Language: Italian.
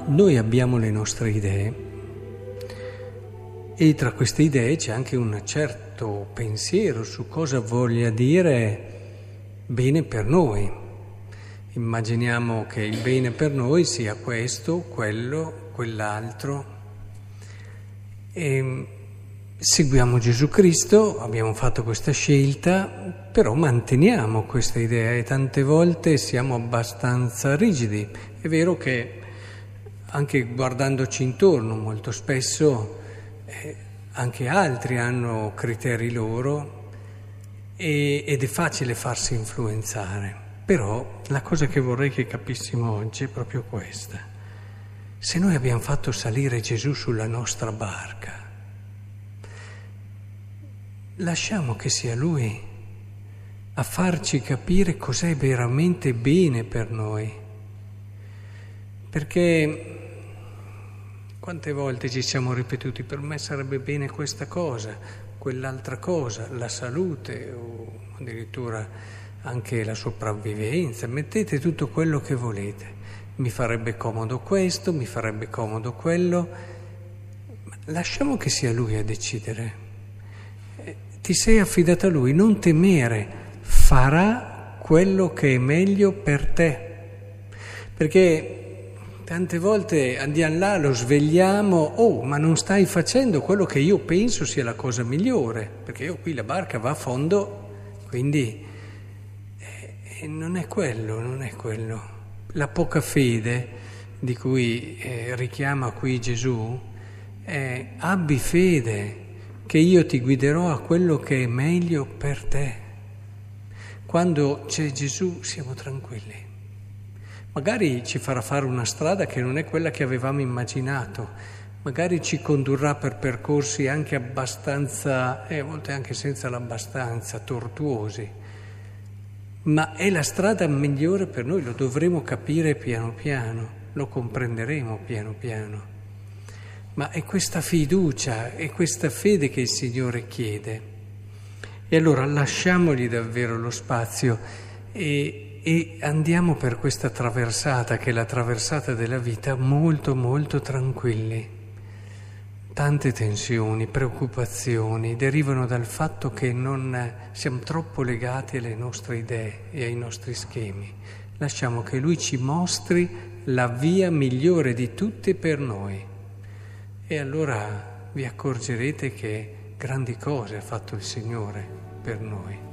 noi abbiamo le nostre idee e tra queste idee c'è anche un certo pensiero su cosa voglia dire bene per noi. Immaginiamo che il bene per noi sia questo, quello, quell'altro. E seguiamo Gesù Cristo, abbiamo fatto questa scelta, però manteniamo questa idea e tante volte siamo abbastanza rigidi. È vero che anche guardandoci intorno molto spesso anche altri hanno criteri loro ed è facile farsi influenzare. Però la cosa che vorrei che capissimo oggi è proprio questa. Se noi abbiamo fatto salire Gesù sulla nostra barca, lasciamo che sia Lui a farci capire cos'è veramente bene per noi. Perché quante volte ci siamo ripetuti, per me sarebbe bene questa cosa, quell'altra cosa, la salute o addirittura anche la sopravvivenza, mettete tutto quello che volete, mi farebbe comodo questo, mi farebbe comodo quello, ma lasciamo che sia Lui a decidere. Ti sei affidata a Lui, non temere, farà quello che è meglio per te, perché tante volte andiamo là, lo svegliamo, ma non stai facendo quello che io penso sia la cosa migliore, perché io qui la barca va a fondo, quindi non è quello, non è quello. La poca fede di cui richiama qui Gesù è abbi fede che io ti guiderò a quello che è meglio per te. Quando c'è Gesù siamo tranquilli. Magari ci farà fare una strada che non è quella che avevamo immaginato, magari ci condurrà per percorsi anche abbastanza, a volte anche senza l'abbastanza, tortuosi, ma è la strada migliore per noi, lo dovremo capire piano piano, lo comprenderemo piano piano. Ma è questa fiducia, è questa fede che il Signore chiede. E allora lasciamogli davvero lo spazio e andiamo per questa traversata, che è la traversata della vita, molto molto tranquilli. Tante tensioni, preoccupazioni derivano dal fatto che non siamo troppo legati alle nostre idee e ai nostri schemi. Lasciamo che Lui ci mostri la via migliore di tutte per noi. E allora vi accorgerete che grandi cose ha fatto il Signore per noi.